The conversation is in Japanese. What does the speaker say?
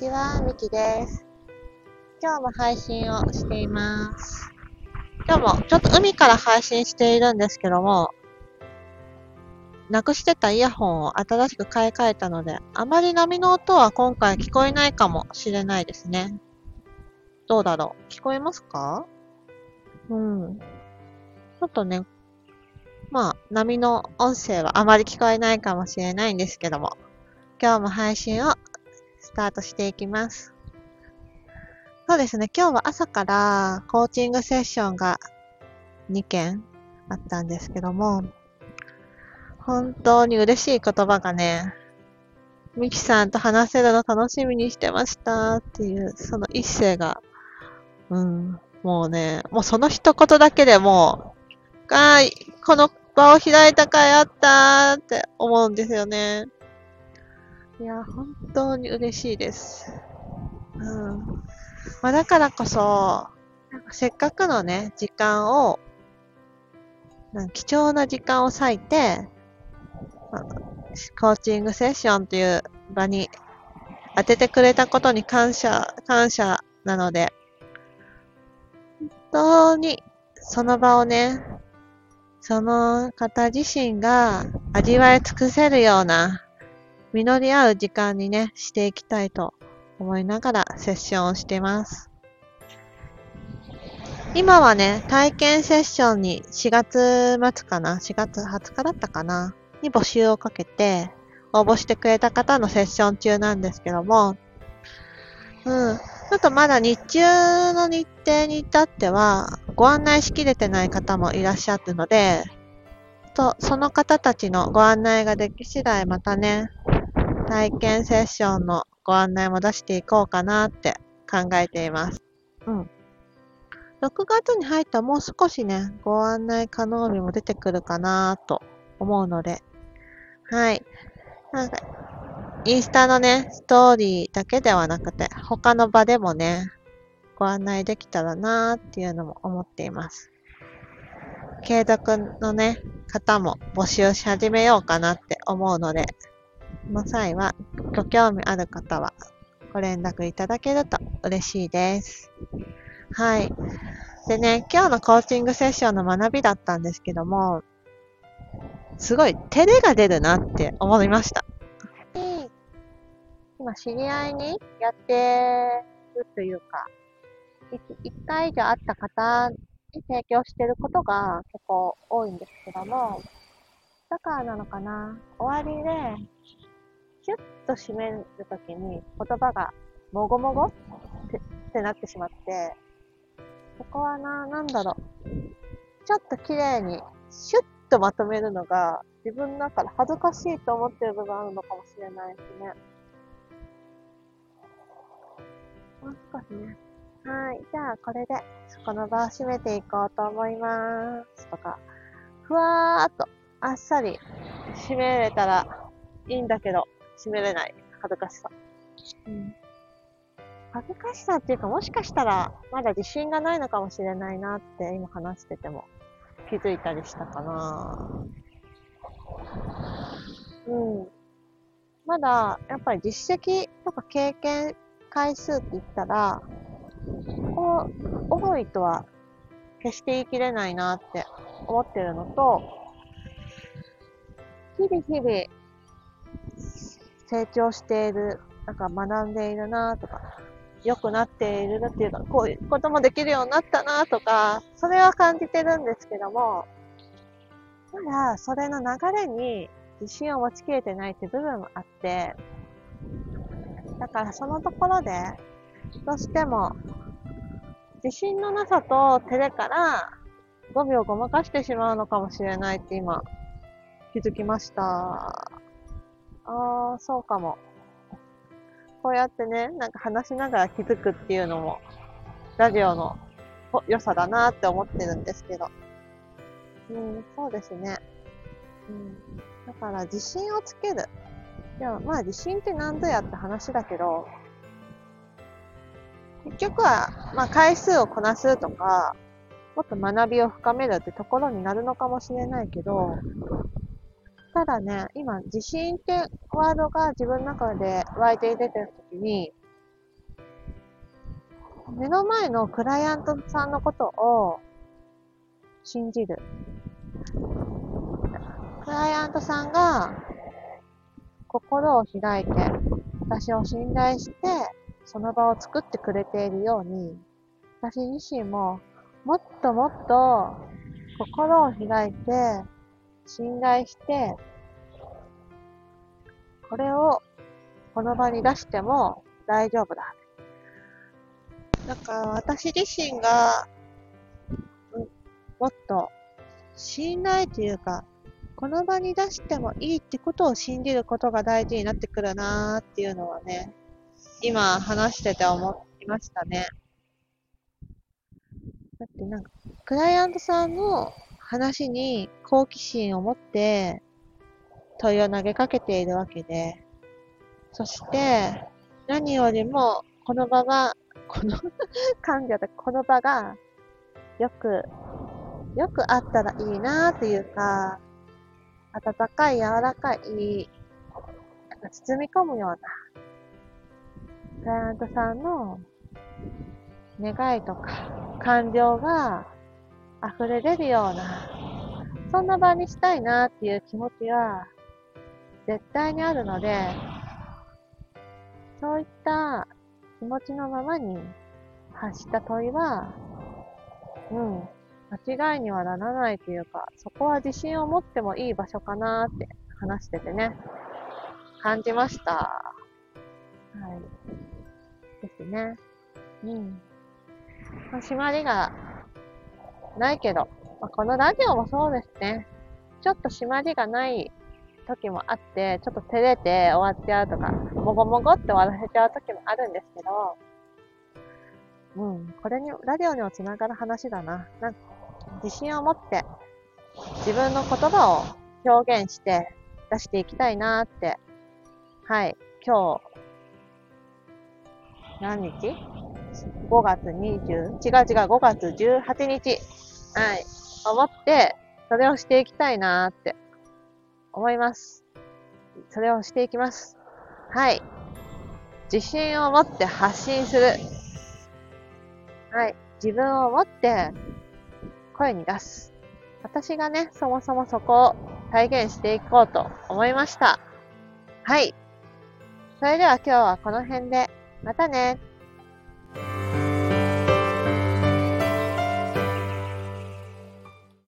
ちは、みきです。今日も配信をしています。今日もちょっと海から配信しているんですけども、なくしてたイヤホンを新しく買い替えたので、あまり波の音は今回聞こえないかもしれないですね。どうだろう？聞こえますか？ちょっとね、波の音声はあまり聞こえないかもしれないんですけども、今日も配信をスタートしていきます。そうですね、今日は朝からコーチングセッションが2件あったんですけども、本当に嬉しい言葉がね、ミキさんと話せるの楽しみにしてましたっていう、その一声が、もうね、もうその一言だけでもう、この場を開いた甲斐あったーって思うんですよね。いや、本当に嬉しいです。だからこそ、せっかくのね、時間を、貴重な時間を割いて、コーチングセッションという場に当ててくれたことに感謝なので、本当にその場をね、その方自身が味わい尽くせるような実り合う時間にね、していきたいと思いながらセッションをしています。今はね、体験セッションに4月末かな ?4 月20日だったかなに募集をかけて、応募してくれた方のセッション中なんですけども、ちょっとまだ日中の日程に至っては、ご案内しきれてない方もいらっしゃるので、その方たちのご案内ができ次第またね、体験セッションのご案内も出していこうかなって考えています。6月に入ったらもう少しね、ご案内可能日も出てくるかなと思うので、はい。インスタのね、ストーリーだけではなくて、他の場でもね、ご案内できたらなーっていうのも思っています。継続のね、方も募集し始めようかなって思うので、その際はご興味ある方はご連絡いただけると嬉しいです。はい。でね、今日のコーチングセッションの学びだったんですけども、すごい照れが出るなって思いました。今知り合いにやってるというか、1回以上会った方に提供してることが結構多いんですけども、だからなのかな、終わりで、キュッと締めるときに言葉がもごもごってなってしまって、そこはなんだろう。ちょっと綺麗にシュッとまとめるのが自分の中で恥ずかしいと思ってる部分あるのかもしれないですね。もう少しね。はい。じゃあこれでこの場を締めていこうと思いますとか、ふわーっとあっさり締めれたらいいんだけど、締めれない恥ずかしさ。恥ずかしさっていうか、もしかしたらまだ自信がないのかもしれないなって今話してても気づいたりしたかな。まだやっぱり実績とか経験回数って言ったら、多いとは決して言い切れないなって思ってるのと、日々成長している、学んでいるなとか、良くなっているなっていうか、こういうこともできるようになったなとか、それは感じてるんですけども、まだそれの流れに自信を持ちきれてないって部分もあって、だからそのところで、どうしても自信のなさと照れから語尾をごまかしてしまうのかもしれないって今気づきました。そうかも。こうやってね、話しながら気づくっていうのもラジオの良さだなって思ってるんですけど。そうですね。だから自信をつける。でも自信って何ぞやって話だけど、結局は回数をこなすとか、もっと学びを深めるってところになるのかもしれないけど、ただね、今自信ってワードが自分の中で湧いて出てるときに、 目の前のクライアントさんのことを信じる。クライアントさんが心を開いて、私を信頼して、その場を作ってくれているように、私自身ももっともっと心を開いて、信頼して、これをこの場に出しても大丈夫だ。だから私自身が、もっと信頼というか、この場に出してもいいってことを信じることが大事になってくるなーっていうのはね、今話してて思いましたね。だってなんか、クライアントさんの話に好奇心を持って問いを投げかけているわけで、そして何よりもこの場が、この患者でこの場がよくあったらいいなーっていうか、温かい柔らかい、包み込むような、クライアントさんの願いとか感情が溢れ出るような、そんな場にしたいなっていう気持ちは絶対にあるので、そういった気持ちのままに発した問いは、間違いにはならないというか、そこは自信を持ってもいい場所かなって話しててね、感じました。はい。ですね。締まりがないけど、このラジオもそうですね。ちょっと締まりがない時もあって、ちょっと照れて終わっちゃうとか、もごもごって終わらせちゃう時もあるんですけど、これに、ラジオにもつながる話だな。自信を持って自分の言葉を表現して出していきたいなって。はい。今日、何日 ?5 月20、5月18日。はい。思って、それをしていきたいなって思います。それをしていきます。はい。自信を持って発信する。はい。自分を持って声に出す。私がね、そもそもそこを体現していこうと思いました。はい。それでは今日はこの辺で。またね。